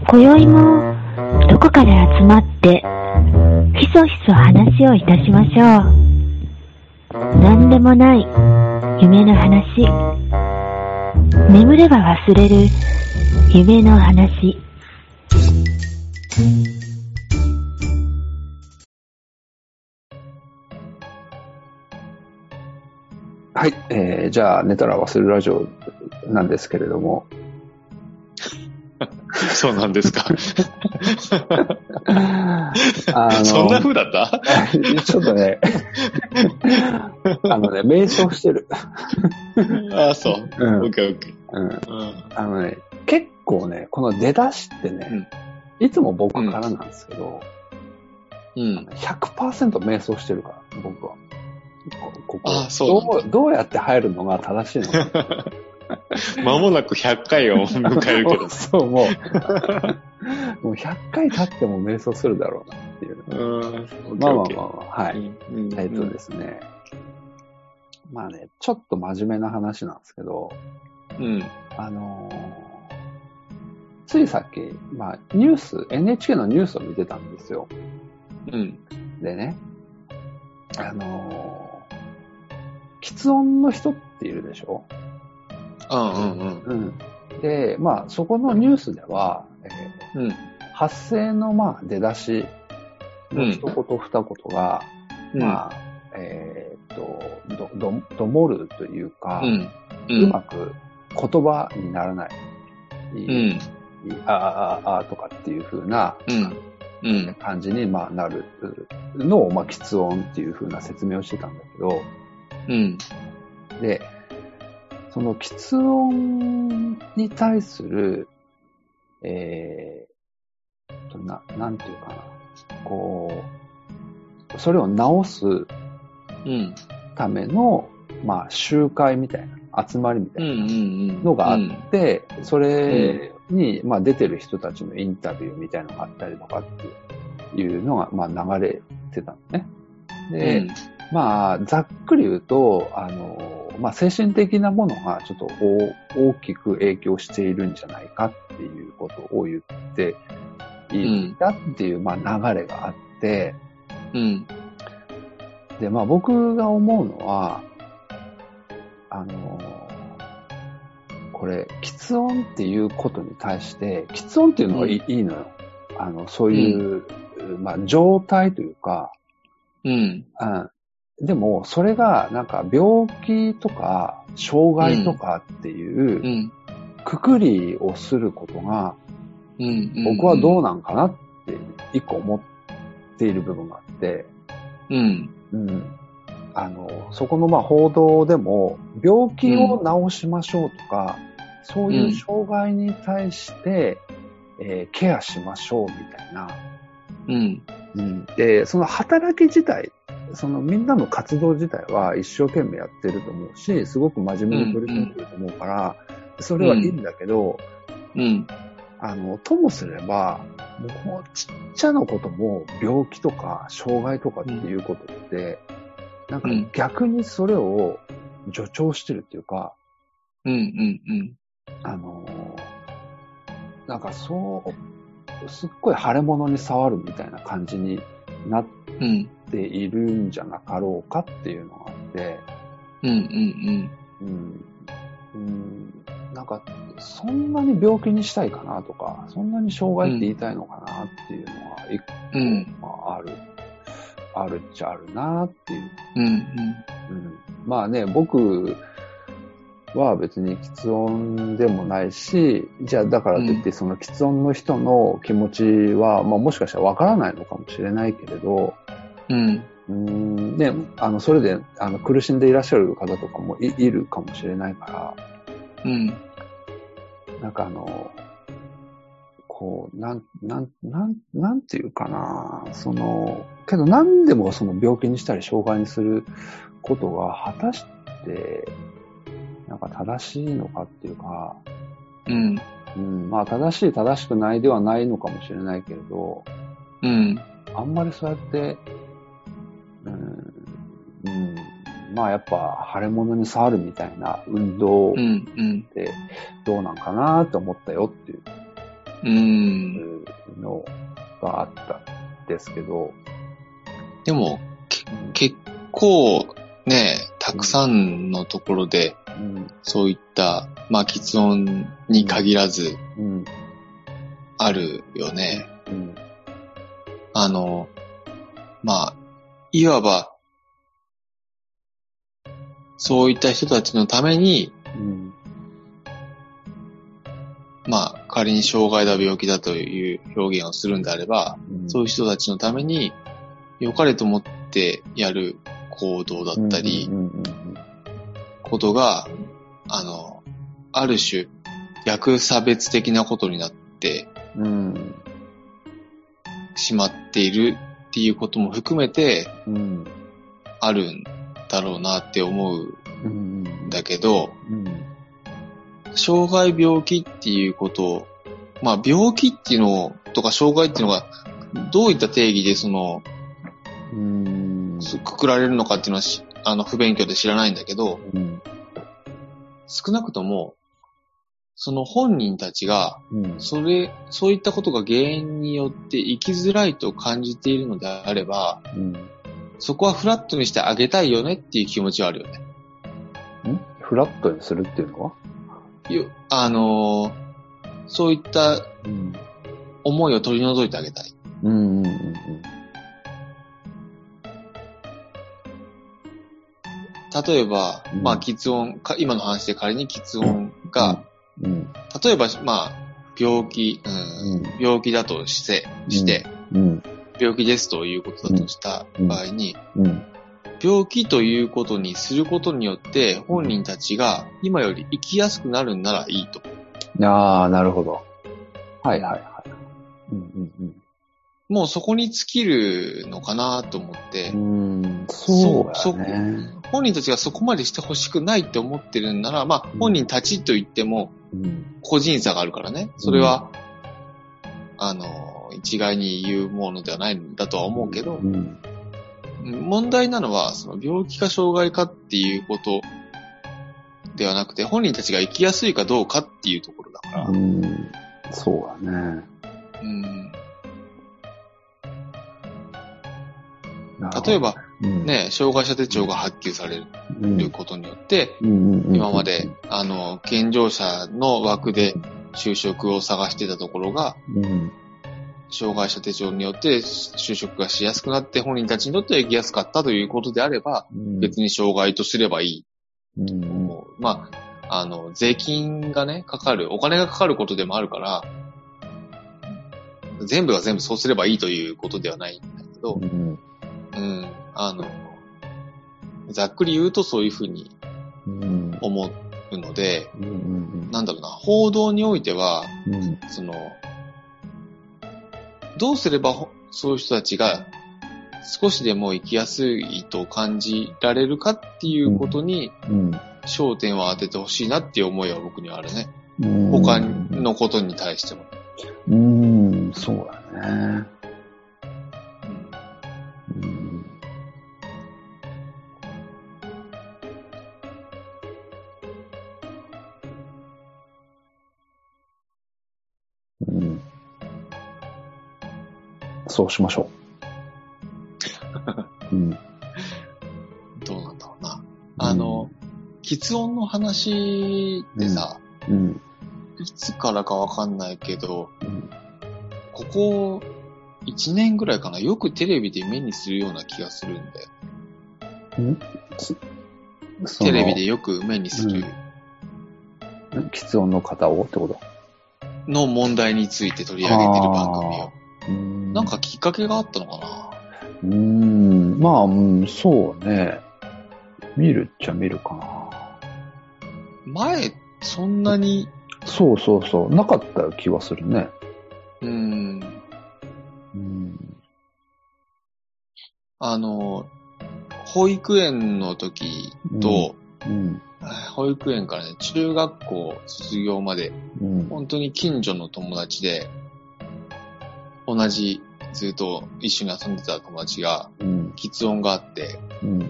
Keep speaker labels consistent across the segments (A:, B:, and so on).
A: 今宵もどこかで集まってひそひそ話をいたしましょう。何でもない夢の話、眠れば忘れる夢の話。
B: はい、じゃあ寝たら忘れるラジオなんですけれども
C: そうなんですか。そんな風だった
B: ちょっとね迷走してる
C: ああ、そう。
B: うん、
C: オッケーオッケー。
B: うん。結構ね、この出だしってね、いつも僕からなんですけど、100% 迷走してるから、僕は。ここどうやって入るのが正しいのか。
C: 間もなく100回を迎えるけど。
B: そう、もう100回経っても迷走するだろうなっていう。まあ、はい。ですね。まあね、ちょっと真面目な話なんですけど、ついさっき、NHK のニュースを見てたんですよ。でね、喫音の人っているでしょ？で、まあ、そこのニュースでは、発声の出だしの一言二言が、どもるというか、うまく言葉にならない。あとかっていう風な感じになるのを、喫音っていう風な説明をしてたんだけど、で、その喫音に対する、なんていうかな、こう、それを直すための、集会みたいな、集まりみたいなのがあって、それに、出てる人たちのインタビューみたいなのがあったりとかっていうのが、流れてたのね。で、ざっくり言うと、精神的なものがちょっと大きく影響しているんじゃないかっていうことを言っていたっていう、流れがあって、で、僕が思うのは、これ、喫音っていうことに対して、喫音っていうのはいいのよ。そういう、状態というか、でも、それが、病気とか、障害とかっていう、くくりをすることが、僕はどうなんかなって、一個思っている部分があって、そこの報道でも、病気を治しましょうとか、そういう障害に対して、ケアしましょうみたいな。で、その働き自体、みんなの活動自体は一生懸命やってると思うし、すごく真面目に取り組んでると思うから、それはいいんだけど、ともすれば、もうちっちゃなことも病気とか障害とかっていうことって、逆にそれを助長してるっていうか、すっごい腫れ物に触るみたいな感じになっているんじゃなかろうかっていうのがあって、そんなに病気にしたいかなとか、そんなに障害って言いたいのかなっていうのは一個、あるっちゃあるなっていう。僕は別に喫音でもないし、じゃあだからといってその喫音の人の気持ちは、もしかしたらわからないのかもしれないけれど、それで苦しんでいらっしゃる方とかもいるかもしれないから、なんていうかな、けど何でもその病気にしたり障害にすることが果たして、正しいのかっていうか、正しい正しくないではないのかもしれないけれど、あんまりそうやって、やっぱ腫れ物に触るみたいな運動ってどうなんかなと思ったよっていう。 のがあったんですけど。
C: でも、結構ね、たくさんのところで、そういった、まあ、喫音に限らず、あるよね。まあ、いわば、そういった人たちのために、まあ、仮に障害だ病気だという表現をするんであれば、そういう人たちのために良かれと思ってやる行動だったり、ことが、ある種、逆差別的なことになってしまっているっていうことも含めて、あるんだろうなって思うんだけど、障害病気っていうことを、まあ病気っていうのとか障害っていうのがどういった定義でくくられるのかっていうのは不勉強で知らないんだけど、少なくともその本人たちがそういったことが原因によって生きづらいと感じているのであれば、そこはフラットにしてあげたいよねっていう気持ちはあるよね。
B: フラットにするっていうのは？
C: そういった思いを取り除いてあげたい。例えば、まあ、喫音、今の話で仮に喫音が、例えば、まあ、病気だとして、病気ですということだとした場合に、病気ということにすることによって本人たちが今より生きやすくなるんならいいと。
B: ああ、なるほど。はいはいはい。
C: もうそこに尽きるのかなと思って。
B: そうだね。
C: 本人たちがそこまでしてほしくないって思ってるんなら、まあ本人たちと言っても個人差があるからね。それは、一概に言うものではないんだとは思うけど、問題なのは、その病気か障害かっていうことではなくて、本人たちが生きやすいかどうかっていうところだから。
B: そうだね。
C: 例えば、ね、障害者手帳が発給されることによって、今まで、健常者の枠で就職を探してたところが、障害者手帳によって就職がしやすくなって本人たちにとっては生きやすかったということであれば、別に障害とすればいい。まあ、税金がね、お金がかかることでもあるから、全部が全部そうすればいいということではないんだけど、ざっくり言うとそういうふうに思うので、なんだろうな、報道においては、どうすればそういう人たちが少しでも生きやすいと感じられるかっていうことに焦点を当ててほしいなっていう思いは僕にはあるね。他のことに対しても。
B: そうだね。そうしましょう。
C: どうなんだろうな。喫音の話でさ、いつからかわかんないけど、ここ1年ぐらいかな、よくテレビで目にするような気がするんだよ。テレビでよく目にする。
B: 喫音の方をってこと
C: の問題について取り上げてる番組を。なんかきっかけがあったのかな？
B: まあ、そうね。見るっちゃ見るかな。
C: 前、そんなに。
B: そう。なかった気はするね。
C: 保育園の時と、保育園からね、中学校卒業まで、本当に近所の友達で、同じずっと一緒に遊んでた友達が、喫音があって、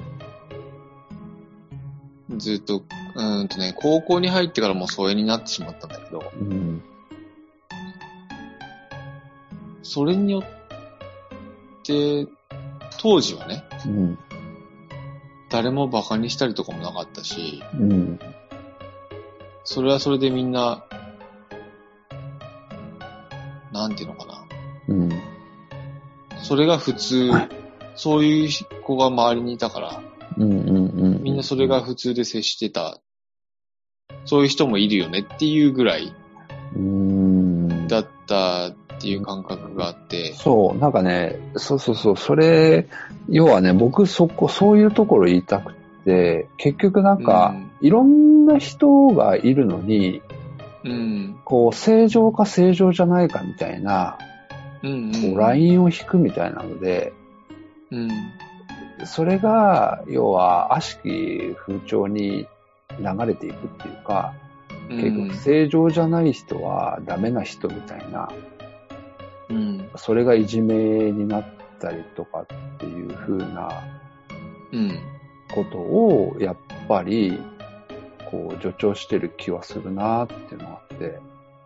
C: ずっと、高校に入ってからもう疎遠になってしまったんだけど、 それによって、当時はね、うん、誰も馬鹿にしたりとかもなかったし、うん、それはそれでみんな、なんていうのかな。うん、それが普通、そういう子が周りにいたから、みんなそれが普通で接してた。そういう人もいるよねっていうぐらいだったっていう感覚があって。
B: そう、なんかね、そう、それ、要はね、僕そういうところ言いたくて、結局なんか、いろんな人がいるのに、こう、正常か正常じゃないかみたいな、ラインを引くみたいなので、それが、要は、悪しき風潮に流れていくっていうか、結局正常じゃない人はダメな人みたいな、それがいじめになったりとかっていう風なことをやっぱりこう助長してる気はするなっていうのがあって、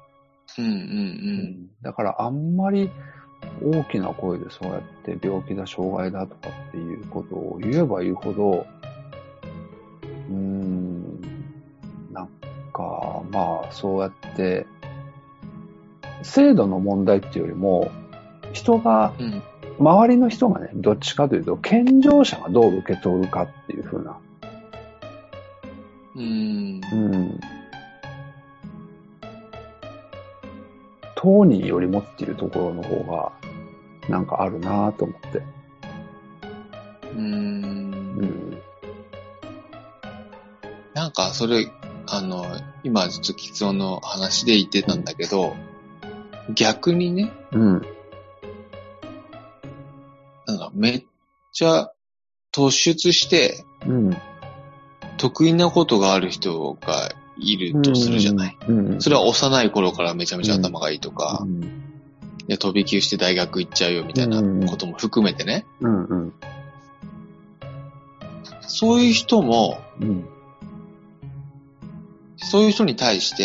B: だからあんまり大きな声でそうやって病気だ障害だとかっていうことを言えば言うほどなんかまあそうやって制度の問題っていうよりも人が、周りの人がねどっちかというと健常者がどう受け取るかっていう風な当人よりもっていうところの方がなんかあるなぁと思って。
C: なんかそれ今ちょっと喫音の話で言ってたんだけど、逆にね、なんかめっちゃ突出して、得意なことがある人がいるとするじゃない。それは幼い頃からめちゃめちゃ頭がいいとか、いや飛び級して大学行っちゃうよみたいなことも含めてね。そういう人も、そういう人に対して、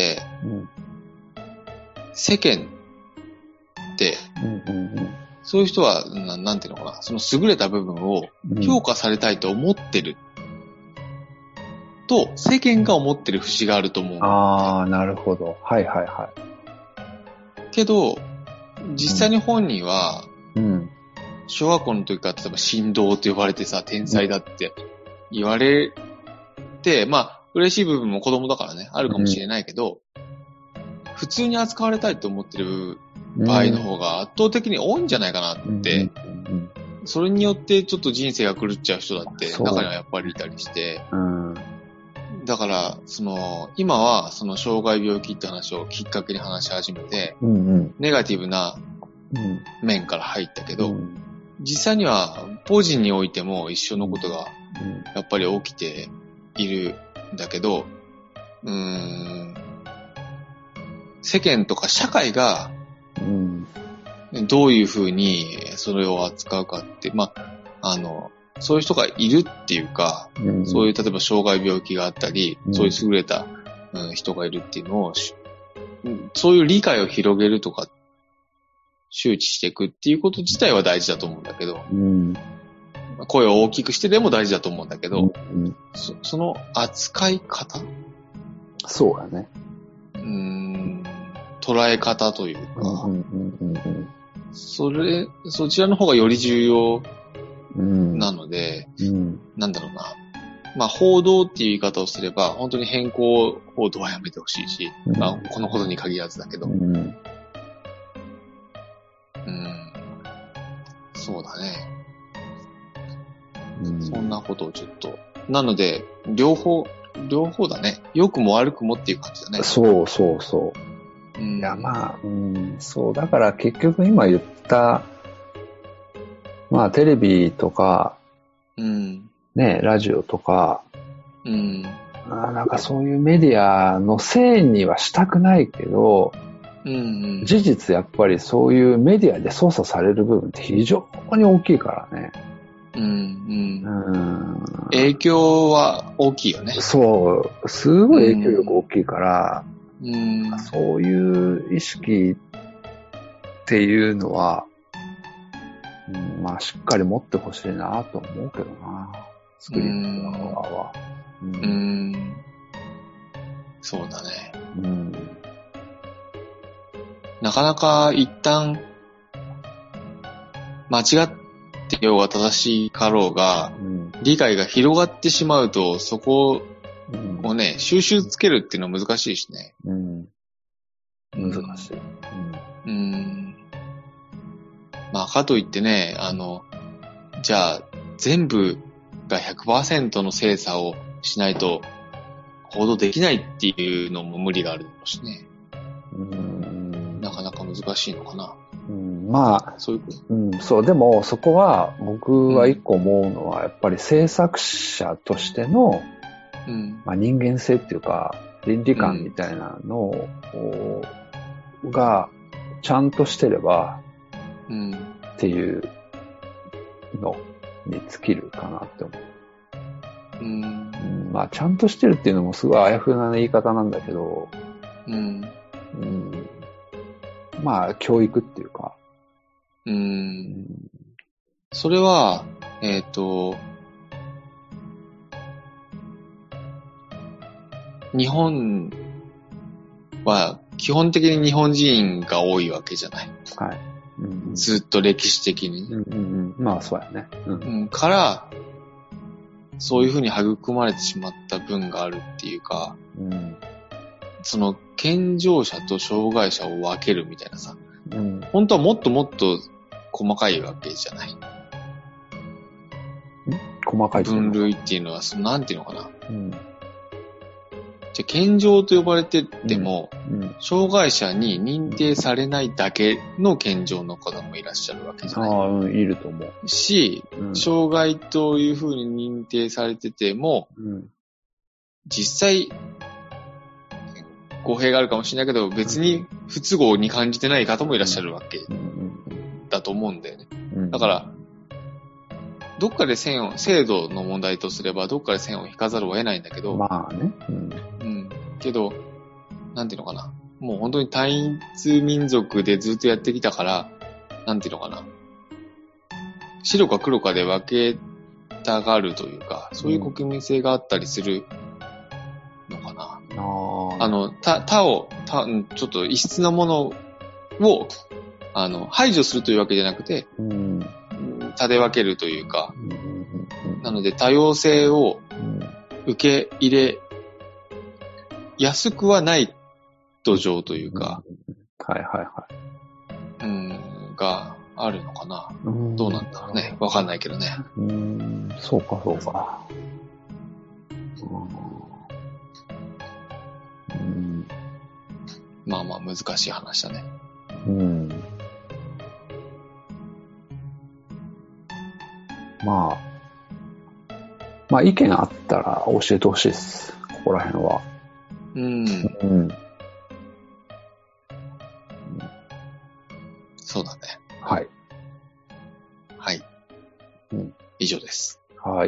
C: 世間って、そういう人はなんていうのかな、その優れた部分を評価されたいと思ってる。と、世間が思ってる節があると思う。
B: ああ、なるほど。はいはいはい。
C: けど、実際に本人は、小学校の時から例えば神童と呼ばれてさ、天才だって言われて、まあ、嬉しい部分も子供だからね、あるかもしれないけど、普通に扱われたいと思ってる場合の方が圧倒的に多いんじゃないかなって、それによってちょっと人生が狂っちゃう人だって中にはやっぱりいたりして、だから、今は、障害病気って話をきっかけに話し始めて、ネガティブな面から入ったけど、実際には、ポジにおいても一緒のことが、やっぱり起きているんだけど、世間とか社会が、どういうふうにそれを扱うかって、まあ、そういう人がいるっていうか、そういう例えば障害病気があったり、そういう優れた、人がいるっていうのを、そういう理解を広げるとか、周知していくっていうこと自体は大事だと思うんだけど、声を大きくしてでも大事だと思うんだけど、その扱い方？
B: そうだね。
C: 捉え方というか、そちらの方がより重要なので、なんだろうな。まあ、報道っていう言い方をすれば、本当に変更報道はやめてほしいし、まあ、このことに限らずだけど。そうだね。そんなことをちょっと。なので、両方だね。良くも悪くもっていう感じだね。
B: そう。いや、まあ、そう、だから結局今言った、まあテレビとか、ね、ラジオとか、なんかそういうメディアのせいにはしたくないけど、事実やっぱりそういうメディアで操作される部分って非常に大きいからね。
C: 影響は大きいよね。
B: そう、すごい影響力大きいから、そういう意識っていうのは、まあしっかり持ってほしいなと思うけどな。作り手の側は。
C: そうだね。なかなか一旦、間違ってようが正しいかろうが、理解が広がってしまうと、そこをね、収集つけるっていうのは難しいしね。
B: 難しい。
C: まあ、かといってね、じゃあ、全部が 100% の精査をしないと、報道できないっていうのも無理があるだろうしね。なかなか難しいのかな。
B: まあ、そう、でもそこは僕は一個思うのは、やっぱり制作者としての、まあ、人間性っていうか、倫理観みたいなのがちゃんとしてれば、っていうのに尽きるかなって思う。まあ、ちゃんとしてるっていうのもすごいあやふやな言い方なんだけど、まあ、教育っていうか。
C: それは、日本は基本的に日本人が多いわけじゃない。
B: はい。
C: ずっと歴史的に。
B: まあ、そうやね。
C: から、そういうふうに育まれてしまった分があるっていうか、その健常者と障害者を分けるみたいなさ、本当はもっともっと細かいわけじゃない。
B: 細かい
C: 分類っていうのは、なんていうのかな。じゃ健常と呼ばれてても、障害者に認定されないだけの健常の方もいらっしゃるわけじゃない。
B: いると思う。
C: し、障害というふうに認定されてても、実際、語弊があるかもしれないけど、別に不都合に感じてない方もいらっしゃるわけだと思うんだよね。だから、どっかで制度の問題とすれば、どっかで線を引かざるを得ないんだけど、
B: まあね。
C: けど、なんていうのかな。もう本当に単一民族でずっとやってきたから、なんていうのかな。白か黒かで分けたがるというか、そういう国民性があったりするのかな。ちょっと異質なものを、排除するというわけじゃなくて、立て分けるというか、なので多様性を受け入れやすくはない土壌というか、があるのかな。どうなんだろうね。わかんないけどね。
B: そうか、そうか。
C: まあまあ難しい話だね。
B: まあ意見あったら教えてほしいです。ここら辺は。
C: そうだね。
B: はい。
C: はい。以上です。
B: はい。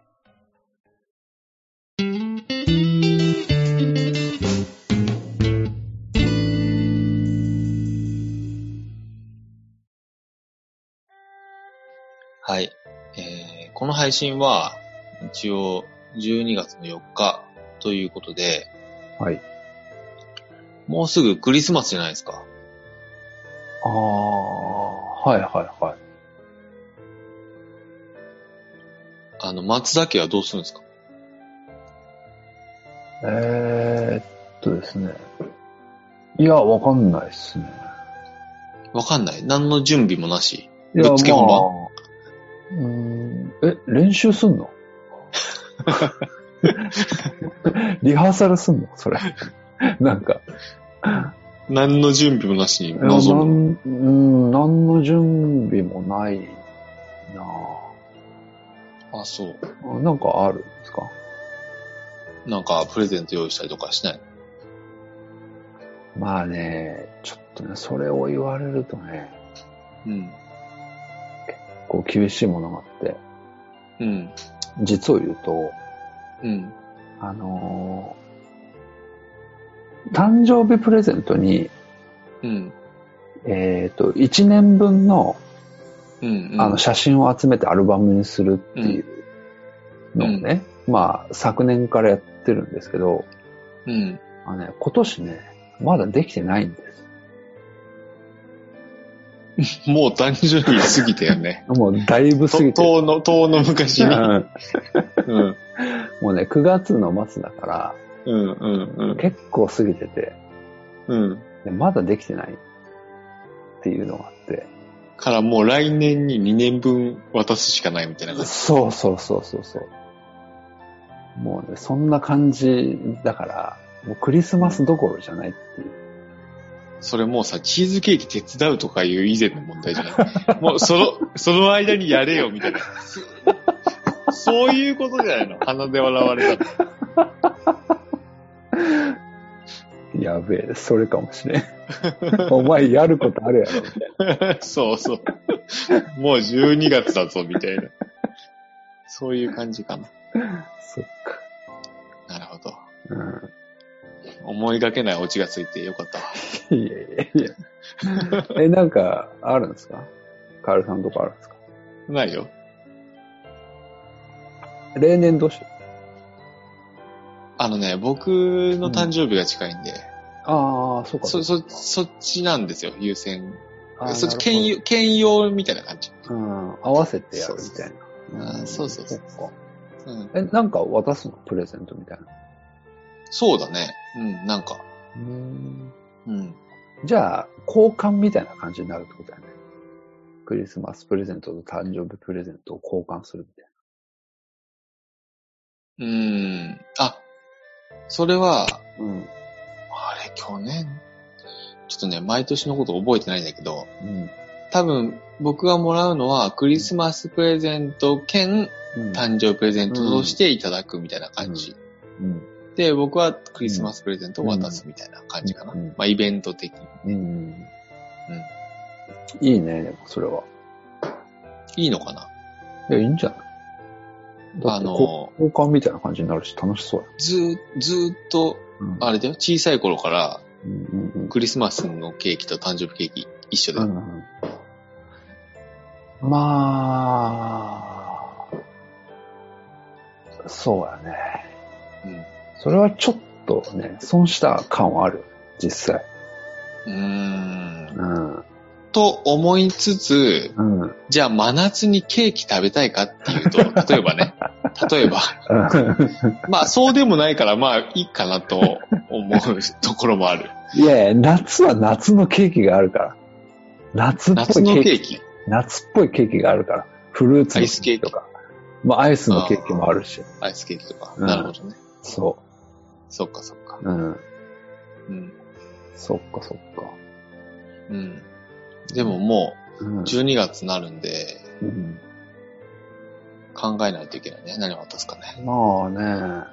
C: はい。この配信は、一応、12月の4日ということで、
B: はい。
C: もうすぐクリスマスじゃないですか。
B: はいはいはい。
C: 松崎はどうするんですか？
B: ですね。いや、わかんないですね。
C: わかんない。何の準備もなし。ぶっつけ本番。
B: 練習すんのリハーサルすんのそれ。なんか。
C: 何の準備もなしに臨む。
B: 何の準備もないなぁ。
C: あ、そう。
B: なんかあるんですか？
C: なんかプレゼント用意したりとかしない？
B: まあね、ちょっとね、それを言われるとね、結構厳しいものがあって、実を言うと、誕生日プレゼントに、 1年分の、写真を集めてアルバムにするっていうのをね、まあ、昨年からやってるんですけど、今年ね、まだできてないんです。
C: もう誕生日過ぎたよね。
B: もうだいぶ過ぎてる。
C: 遠の昔に。
B: もうね、9月の末だから、結構過ぎてて、まだできてないっていうのがあって。
C: からもう来年に2年分渡すしかないみたいな感じ。
B: そう。もうね、そんな感じだから、もうクリスマスどころじゃないっていう。
C: それもうさ、チーズケーキ手伝うとかいう以前の問題じゃない。もうその間にやれよみたいな。そういうことじゃないの。鼻で笑われたの。
B: やべえ、それかもしれん。お前やることあるやろ、みたいな。
C: そう。もう12月だぞ、みたいな。そういう感じかな。
B: そっか。
C: なるほど。思いがけないオチがついてよかったわ。
B: いや。なんか、あるんですか？カエルさんとかあるんですか？
C: ないよ。
B: 例年どうしてる？
C: 僕の誕生日が近いんで。
B: ああ、そうか。
C: そっちなんですよ、優先。そっち兼用みたいな感じ。
B: 合わせてやるみたいな。
C: そう。
B: そっか。なんか渡すの？プレゼントみたいな。
C: そうだね。なんか。
B: じゃあ、交換みたいな感じになるってことだよね。クリスマスプレゼントと誕生日プレゼントを交換するみたいな。
C: それは、あれ、去年ちょっとね、毎年のこと覚えてないんだけど、多分、僕がもらうのは、クリスマスプレゼント兼、誕生日プレゼントとしていただくみたいな感じ。で、僕はクリスマスプレゼントを渡すみたいな感じかな。まあ、イベント的に。
B: いいね、でもそれは。
C: いいのかな？
B: いや、いいんじゃない？交換みたいな感じになるし楽しそうや。
C: ずーっと、あれだよ、小さい頃から、クリスマスのケーキと誕生日ケーキ一緒だよ。
B: まあ、そうやね。それはちょっとね、損した感はある、実際。
C: と思いつつ、じゃあ真夏にケーキ食べたいかっていうと、例えば、まあそうでもないからまあいいかなと思うところもある。
B: いや夏は夏のケーキがあるから。夏っぽいケーキ。夏っぽいケーキがあるから。フルーツのケーキとか。まあアイスのケーキもあるし。
C: アイスケーキとか。なるほどね。
B: そう。
C: そっか。
B: そっか。
C: でももう、12月になるんで、考えないといけないね。何を渡すかね。
B: まあね。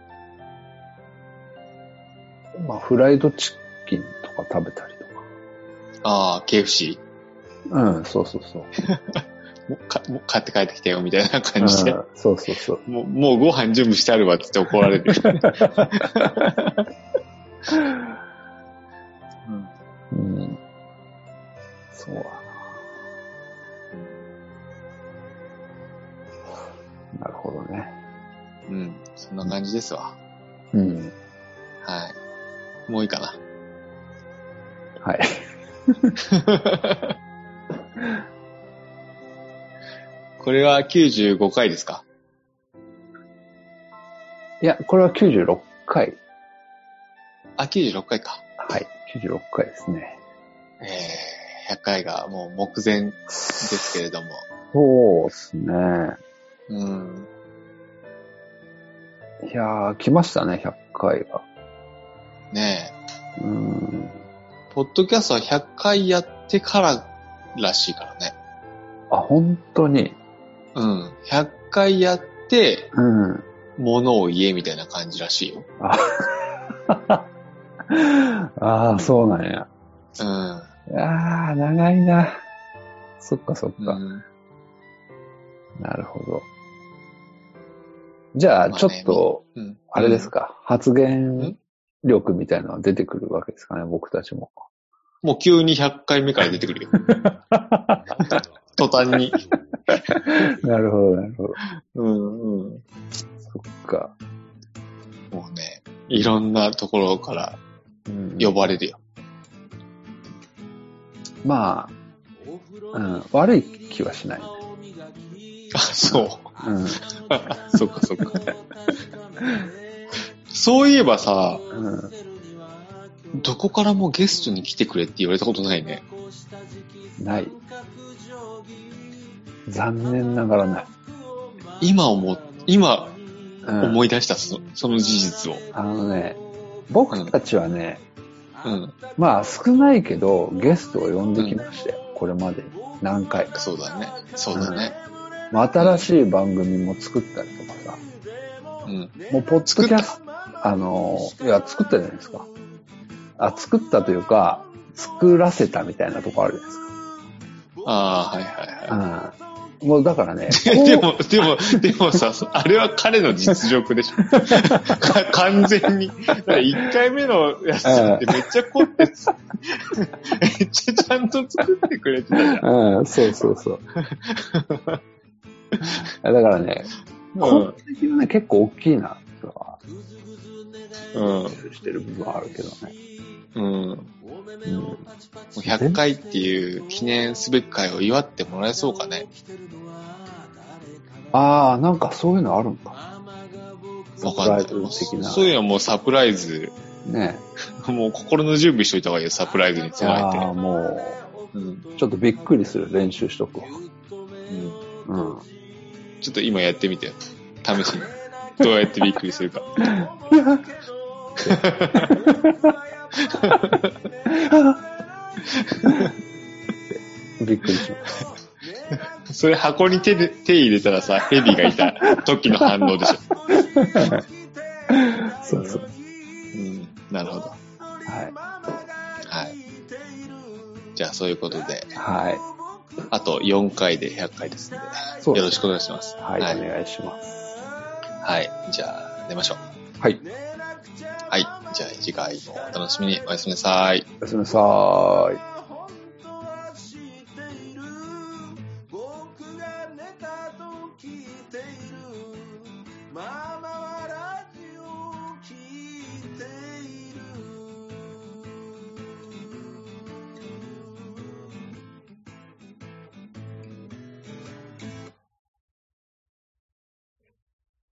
B: まあ、フライドチキンとか食べたりとか。
C: KFC？
B: そう。
C: もう買って帰ってきたよ、みたいな感じで。
B: そう。
C: もうご飯準備してあるわって言って怒られる。
B: そうだな。なるほどね。
C: そんな感じですわ。はい。もういいかな。
B: はい。
C: これは95回ですか？
B: いや、これは96回。
C: 96回か。
B: はい、96回ですね。
C: 100回がもう目前ですけれども。
B: そうですね。いやー、来ましたね、100回が。
C: ねえ。ポッドキャストは100回やってかららしいからね。
B: 本当に
C: 100回やって、物を言えみたいな感じらしいよ。
B: そうなんや。長いな。そっか。なるほど。じゃあ、ちょっと、あれですか、発言力みたいなのが出てくるわけですかね、僕たちも。
C: もう急に100回目から出てくるよ。途端に。
B: なるほど、なるほど。
C: うんうん。
B: そっか。
C: もうね、いろんなところから呼ばれるよ。
B: まあ、悪い気はしない。
C: あ、そう。
B: うん。
C: そっかそっか。そういえばさ、どこからもゲストに来てくれって言われたことないね。
B: ない。残念ながらない。
C: 今思い出した、その事実を。
B: 僕たちはね、まあ少ないけどゲストを呼んできましたよ。これまでに何回か。
C: そうだね。そうだね。
B: まあ、新しい番組も作ったりとかさ。もうポッドキャスト、いや、作ったじゃないですか。作ったというか、作らせたみたいなとこあるじゃないですか。
C: ああ、はいはいはい。
B: もうだからね。
C: でもさ、あれは彼の実力でしょ。完全に。1回目のやつってめっちゃ凝って、めっちゃちゃんと作ってくれてたじゃん。
B: そうそうそう。だからね、この時はね、結構大きいな、とか、してる部分はあるけどね。
C: 100回っていう記念すべき回を祝ってもらえそうかね。
B: なんかそういうのあるんか。
C: わかんない。そういうのはもうサプライズ。
B: ね。
C: もう心の準備しといた方がいいよ、サプライズに備えて。
B: もう、ちょっとびっくりする練習しとくわ。
C: ちょっと今やってみてよ。試しに。どうやってびっくりするか。
B: びっくりします。
C: それ箱に手入れたらさ、ヘビがいた時の反応でしょ。
B: そうそう。
C: なるほど。はい。じゃあそういうことで。
B: はい。
C: あと4回で100回ですので。よろしくお願いします。
B: はい、お願いします。
C: はい。じゃあ寝ましょう。
B: はい。
C: はい。じゃあ次回もお楽しみに。おやすみなさい。
B: おやすみなさい。